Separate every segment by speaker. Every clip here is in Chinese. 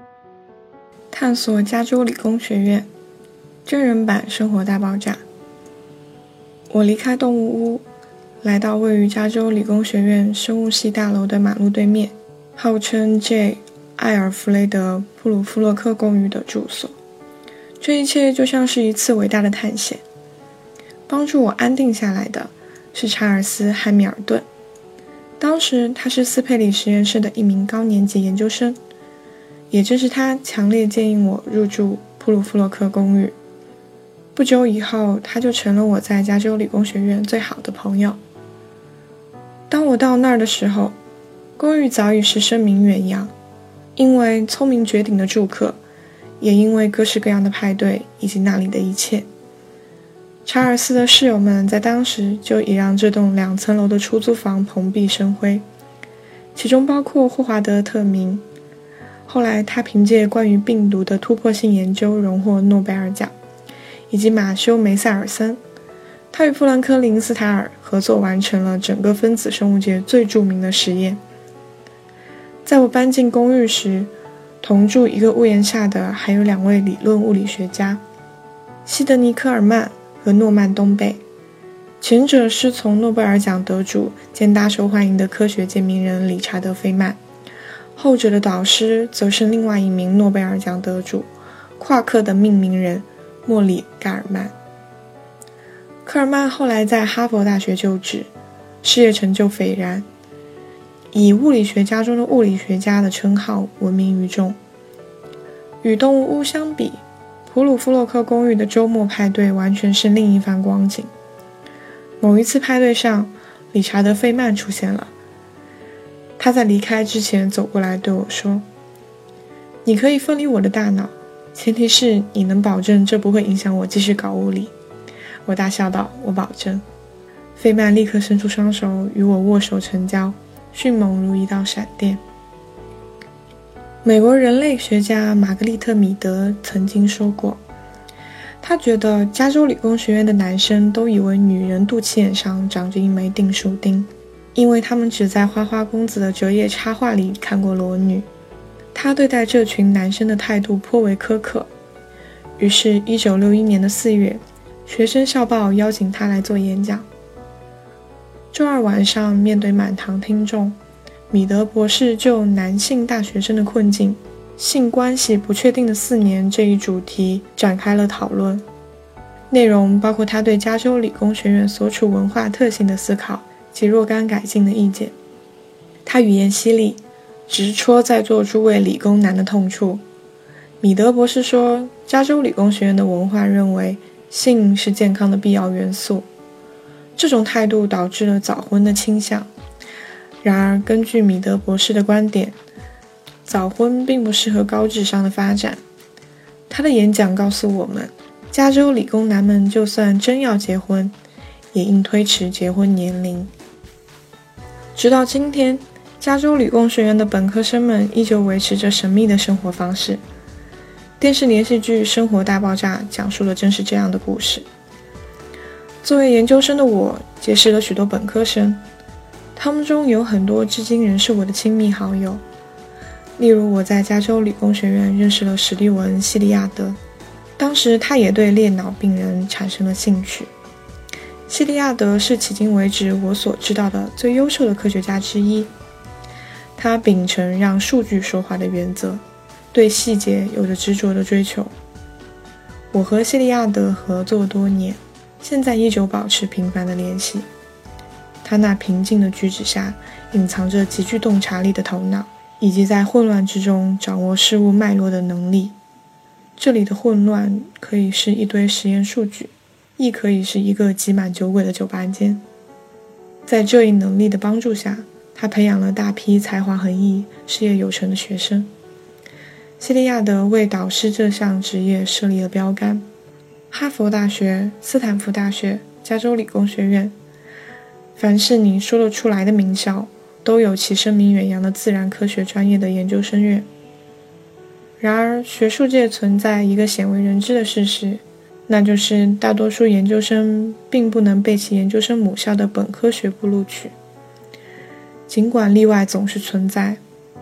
Speaker 1: 探索加州理工学院真人版生活大爆炸。我离开动物屋，来到位于加州理工学院生物系大楼的马路对面，号称 J. 艾尔弗雷德·普鲁夫洛克公寓的住所。这一切就像是一次伟大的探险。帮助我安定下来的是查尔斯·汉密尔顿。当时他是斯佩里实验室的一名高年级研究生，也正是他强烈建议我入住普鲁夫洛克公寓。不久以后，他就成了我在加州理工学院最好的朋友。当我到那儿的时候，公寓早已是声名远扬，因为聪明绝顶的住客，也因为各式各样的派对以及那里的一切。查尔斯的室友们在当时就已让这栋2层楼的出租房蓬荜生辉，其中包括霍华德·特明。后来他凭借关于病毒的突破性研究荣获诺贝尔奖，以及马修·梅塞尔森。他与富兰克林·斯塔尔合作完成了整个分子生物界最著名的实验。在我搬进公寓时，同住一个屋檐下的还有2位理论物理学家，西德尼·科尔曼和诺曼·东贝。前者是从诺贝尔奖得主兼大受欢迎的科学界名人理查德·费曼，后者的导师则是另外一名诺贝尔奖得主，夸克的命名人莫里·盖尔曼。科尔曼后来在哈佛大学就职，事业成就斐然，以物理学家中的物理学家的称号闻名于众。与动物屋相比，普鲁夫洛克公寓的周末派对完全是另一番光景。某一次派对上，理查德·费曼出现了。他在离开之前走过来对我说：“你可以分离我的大脑，前提是你能保证这不会影响我继续搞物理。”我大笑道：“我保证。”费曼立刻伸出双手与我握手成交，迅猛如一道闪电。美国人类学家玛格丽特·米德曾经说过，他觉得加州理工学院的男生都以为女人肚脐眼上长着一枚订书钉，因为他们只在花花公子的折页插画里看过裸女。他对待这群男生的态度颇为苛刻。于是1961年的4月，学生校报邀请他来做演讲。周二晚上，面对满堂听众，米德博士就男性大学生的困境、性关系不确定的4年这一主题展开了讨论。内容包括他对加州理工学院所处文化特性的思考及若干改进的意见。他语言犀利，直戳在座诸位理工男的痛处。米德博士说，加州理工学院的文化认为性是健康的必要元素，这种态度导致了早婚的倾向。然而，根据米德博士的观点，早婚并不适合高智商的发展。他的演讲告诉我们，加州理工男们就算真要结婚，也应推迟结婚年龄。直到今天，加州理工学院的本科生们依旧维持着神秘的生活方式。电视连续剧《生活大爆炸》讲述的正是这样的故事。作为研究生的我，结识了许多本科生，他们中有很多至今仍是我的亲密好友。例如，我在加州理工学院认识了史蒂文·西利亚德，当时他也对裂脑病人产生了兴趣。西利亚德是迄今为止我所知道的最优秀的科学家之一，他秉承让数据说话的原则，对细节有着执着的追求。我和西利亚德合作多年，现在依旧保持频繁的联系。他那平静的举止下隐藏着极具洞察力的头脑，以及在混乱之中掌握事物脉络的能力。这里的混乱可以是一堆实验数据，亦可以是一个挤满酒鬼的酒吧间。在这一能力的帮助下，他培养了大批才华横溢、事业有成的学生。西利亚德为导师这项职业设立了标杆，哈佛大学、斯坦福大学、加州理工学院，凡是你说得出来的名校，都有其声名远扬的自然科学专业的研究生院。然而，学术界存在一个鲜为人知的事实，那就是大多数研究生并不能被其研究生母校的本科学部录取。尽管例外总是存在，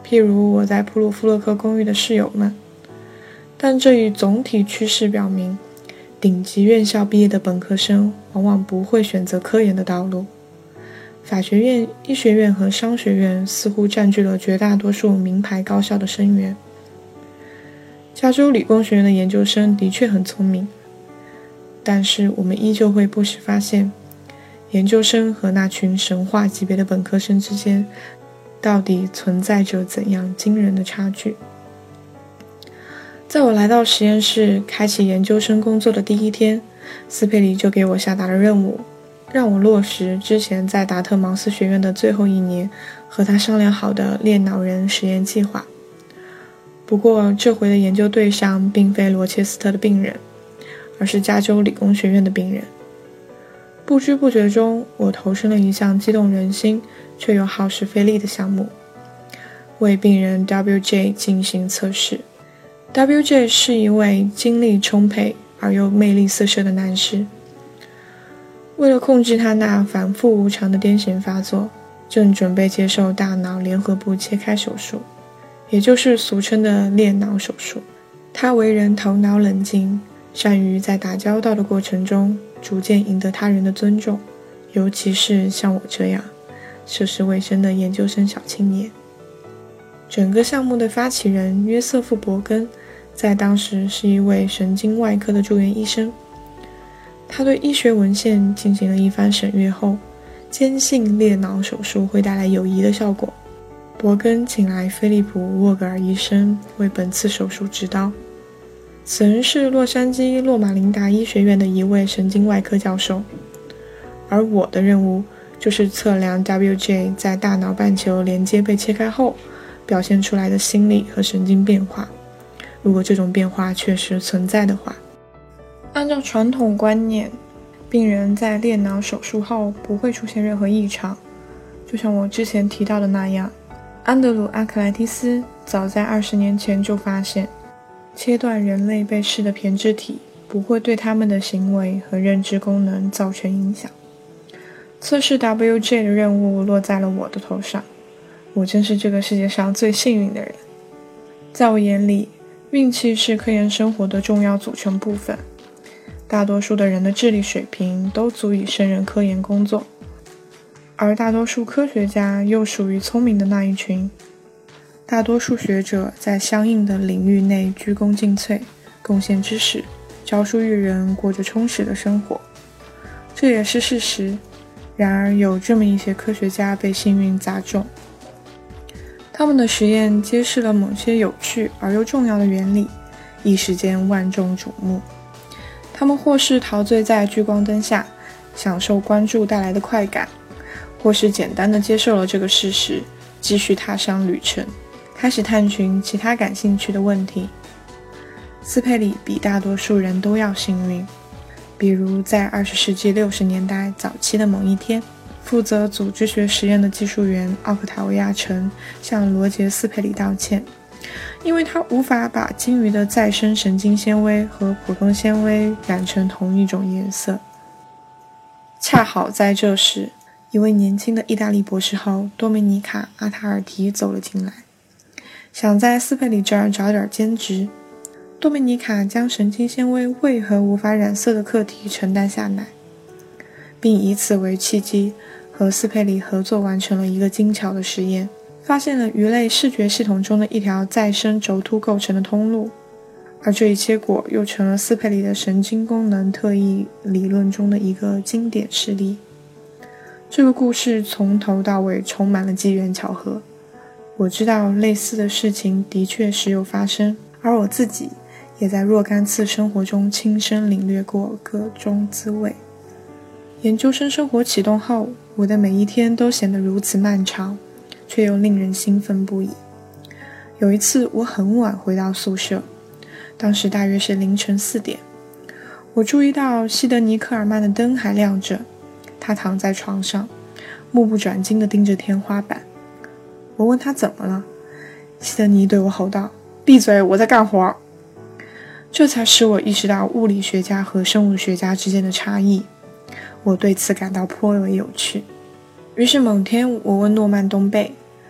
Speaker 1: 譬如我在普鲁夫勒克公寓的室友们。但这一总体趋势表明，顶级院校毕业的本科生往往不会选择科研的道路。法学院、医学院和商学院似乎占据了绝大多数名牌高校的生源。加州理工学院的研究生的确很聪明，但是我们依旧会不时发现，研究生和那群神话级别的本科生之间到底存在着怎样惊人的差距。在我来到实验室开启研究生工作的第一天，斯佩里就给我下达了任务，让我落实之前在达特茅斯学院的最后一年和他商量好的裂脑人实验计划。不过这回的研究对象并非罗切斯特的病人，而是加州理工学院的病人。不知不觉中，我投身了一项激动人心却又耗时费力的项目，为病人 WJ 进行测试。WJ 是一位精力充沛而又魅力四射的男士。为了控制他那反复无常的癫痫发作，正准备接受大脑联合部切开手术，也就是俗称的裂脑手术。他为人头脑冷静，善于在打交道的过程中逐渐赢得他人的尊重，尤其是像我这样涉世未深的研究生小青年。整个项目的发起人约瑟夫·伯根在当时是一位神经外科的住院医生。他对医学文献进行了一番审阅后，坚信裂脑手术会带来有益的效果。伯根请来菲利普·沃格尔医生为本次手术执刀。此人是洛杉矶洛马琳达医学院的一位神经外科教授，而我的任务就是测量 WJ 在大脑半球连接被切开后表现出来的心理和神经变化，如果这种变化确实存在的话。按照传统观念，病人在裂脑手术后不会出现任何异常，就像我之前提到的那样，安德鲁·阿克莱蒂斯早在20年前就发现，切断人类被试的胼胝体不会对他们的行为和认知功能造成影响。测试 WJ 的任务落在了我的头上，我真是这个世界上最幸运的人。在我眼里，运气是科研生活的重要组成部分。大多数的人的智力水平都足以胜任科研工作，而大多数科学家又属于聪明的那一群。大多数学者在相应的领域内鞠躬尽瘁，贡献知识，教书育人，过着充实的生活。这也是事实。然而有这么一些科学家被幸运砸中，他们的实验揭示了某些有趣而又重要的原理，一时间万众瞩目。他们或是陶醉在聚光灯下，享受关注带来的快感，或是简单地接受了这个事实，继续踏上旅程，开始探寻其他感兴趣的问题。斯佩里比大多数人都要幸运，比如在20世纪60年代早期的某一天，负责组织学实验的技术员奥克塔维亚城向罗杰斯佩里道歉，因为他无法把鲸鱼的再生神经纤维和普通纤维染成同一种颜色。恰好在这时，一位年轻的意大利博士后多米尼卡·阿塔尔提走了进来，想在斯佩里这儿找点兼职。多米尼卡将神经纤维为何无法染色的课题承担下来，并以此为契机和斯佩里合作完成了一个精巧的实验，发现了鱼类视觉系统中的一条再生轴突构成的通路，而这一结果又成了斯佩里的神经功能特异理论中的一个经典事例。这个故事从头到尾充满了机缘巧合。我知道类似的事情的确时有发生，而我自己也在若干次生活中亲身领略过各种滋味。研究生生活启动后，我的每一天都显得如此漫长，却又令人兴奋不已。有一次我很晚回到宿舍，当时大约是凌晨4点，我注意到西德尼·科尔曼的灯还亮着，他躺在床上，目不转睛地盯着天花板。我问他怎么了，西德尼对我吼道：“闭嘴，我在干活。”这才使我意识到物理学家和生物学家之间的差异，我对此感到颇为有趣。于是某天我问诺曼东贝，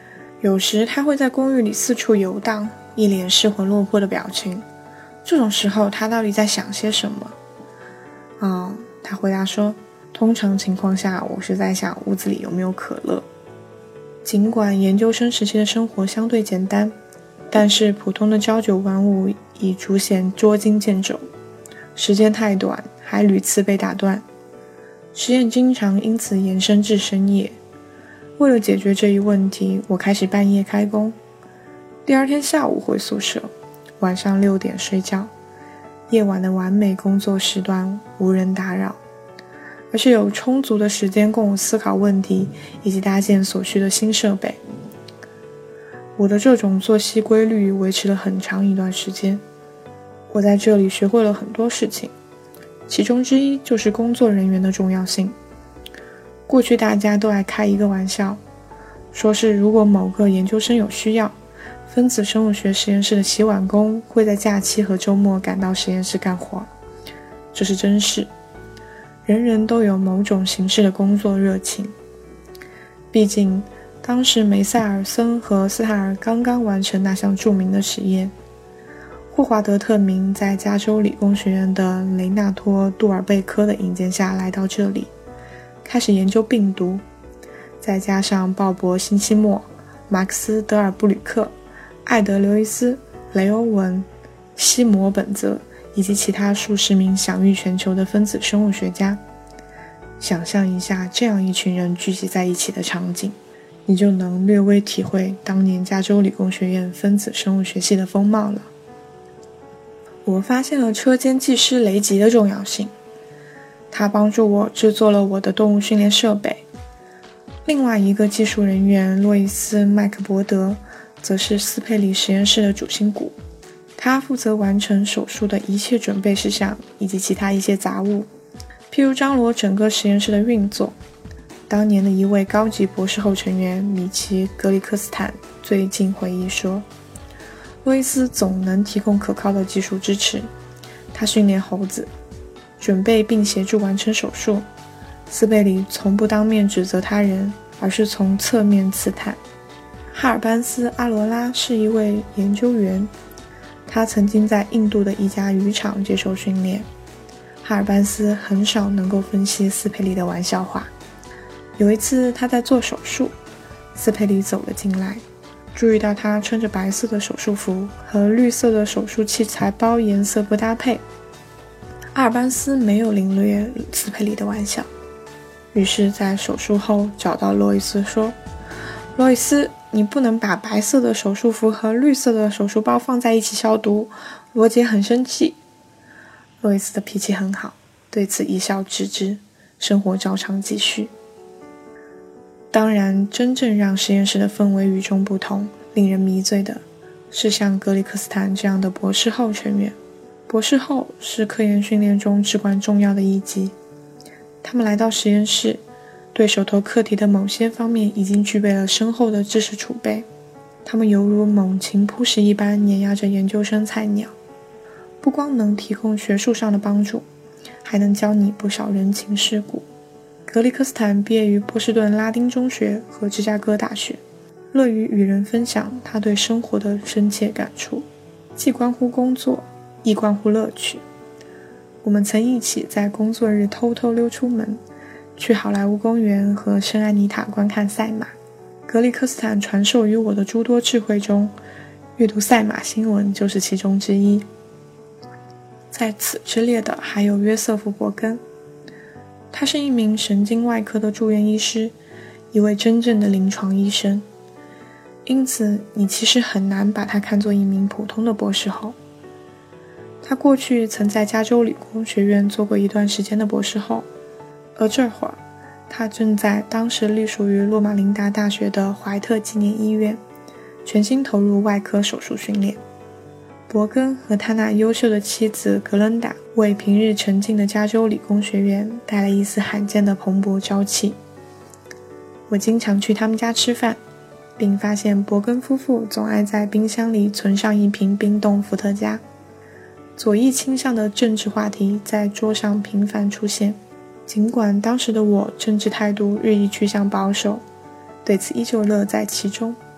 Speaker 1: 有时他会在公寓里四处游荡，一脸失魂落魄的表情。这种时候他到底在想些什么？他回答说，通常情况下我是在想屋子里有没有可乐。尽管研究生时期的生活相对简单，但是普通的朝九晚五已逐显捉襟见肘，时间太短，还屡次被打断，实验经常因此延伸至深夜。为了解决这一问题，我开始半夜开工，第二天下午回宿舍，晚上6点睡觉，夜晚的完美工作时段无人打扰，而且有充足的时间供我思考问题以及搭建所需的新设备。我的这种作息规律维持了很长一段时间，我在这里学会了很多事情，其中之一就是工作人员的重要性。过去大家都爱开一个玩笑，说是如果某个研究生有需要，分子生物学实验室的洗碗工会在假期和周末赶到实验室干活。这是真事，人人都有某种形式的工作热情。毕竟当时梅塞尔森和斯坦尔刚刚完成那项著名的实验。霍华德特明在加州理工学院的雷纳托·杜尔贝科的引荐下来到这里，开始研究病毒，再加上鲍勃·辛西莫、马克思·德尔布吕克、艾德·刘易斯、雷欧文、西摩·本泽以及其他数十名享誉全球的分子生物学家。想象一下这样一群人聚集在一起的场景，你就能略微体会当年加州理工学院分子生物学系的风貌了。我发现了车间技师雷吉的重要性，他帮助我制作了我的动物训练设备。另外一个技术人员洛伊斯·麦克伯德则是斯佩里实验室的主心骨，他负责完成手术的一切准备事项以及其他一些杂物，譬如张罗整个实验室的运作。当年的一位高级博士后成员米奇·格里克斯坦最近回忆说，洛伊斯总能提供可靠的技术支持，他训练猴子，准备并协助完成手术。斯贝里从不当面指责他人，而是从侧面刺探。哈尔班斯·阿罗拉是一位研究员，他曾经在印度的一家渔场接受训练。哈尔班斯很少能够分析斯佩里的玩笑话。有一次他在做手术，斯佩里走了进来，注意到他穿着白色的手术服和绿色的手术器材包颜色不搭配。阿尔班斯没有领略斯佩里的玩笑，于是在手术后找到洛伊斯说，洛伊斯，你不能把白色的手术服和绿色的手术包放在一起消毒，罗杰很生气。洛伊斯的脾气很好，对此一笑置之，生活照常继续。当然，真正让实验室的氛围与众不同，令人迷醉的是像格里克斯坦这样的博士后成员。博士后是科研训练中至关重要的一级，他们来到实验室，对手头课题的某些方面已经具备了深厚的知识储备，他们犹如猛禽扑食一般碾压着研究生菜鸟，不光能提供学术上的帮助，还能教你不少人情世故。格里克斯坦毕业于波士顿拉丁中学和芝加哥大学，乐于与人分享他对生活的深切感触，既关乎工作，亦关乎乐趣。我们曾一起在工作日偷偷溜出门，去好莱坞公园和圣安妮塔观看赛马。格里克斯坦传授于我的诸多智慧中，阅读赛马新闻就是其中之一。在此之列的还有约瑟夫·伯根，他是一名神经外科的住院医师，一位真正的临床医生，因此你其实很难把他看作一名普通的博士后。他过去曾在加州理工学院做过一段时间的博士后，而这会儿他正在当时隶属于洛马琳达大学的怀特纪念医院全心投入外科手术训练。伯根和他那优秀的妻子格伦达为平日沉静的加州理工学院带来一丝罕见的蓬勃朝气。我经常去他们家吃饭，并发现伯根夫妇总爱在冰箱里存上一瓶冰冻伏特加。左翼倾向的政治话题在桌上频繁出现，尽管当时的我政治态度日益趋向保守，对此依旧乐在其中。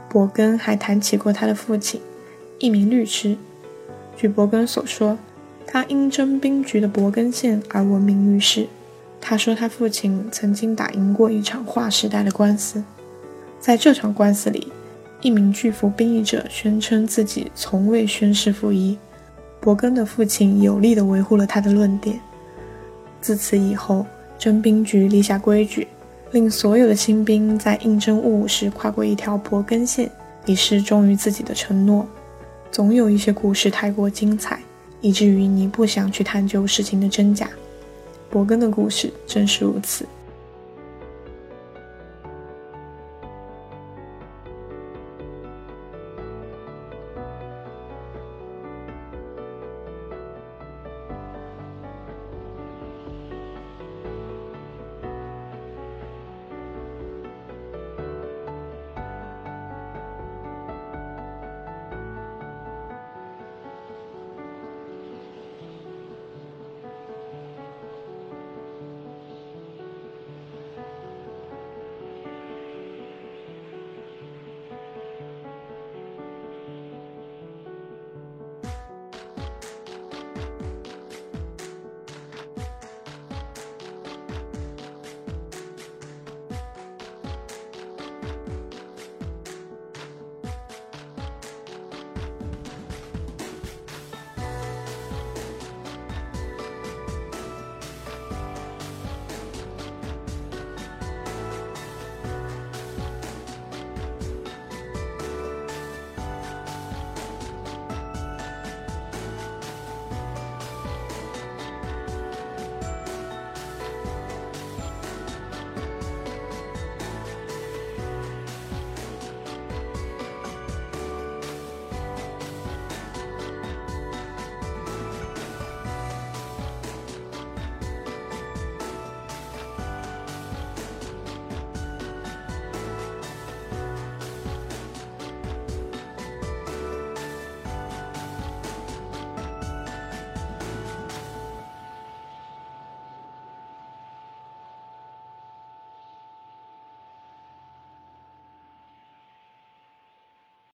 Speaker 1: 伯根还谈起过他的父亲，一名律师。据伯根所说，他因征兵局的伯根县而闻名于世。他说他父亲曾经打赢过一场划时代的官司，在这场官司里，一名拒服兵役者宣称自己从未宣誓服役，伯根的父亲有力地维护了他的论点。自此以后，征兵局立下规矩，令所有的新兵在应征务武时跨过一条伯根线，以示忠于自己的承诺。总有一些故事太过精彩，以至于你不想去探究事情的真假。伯根的故事正是如此。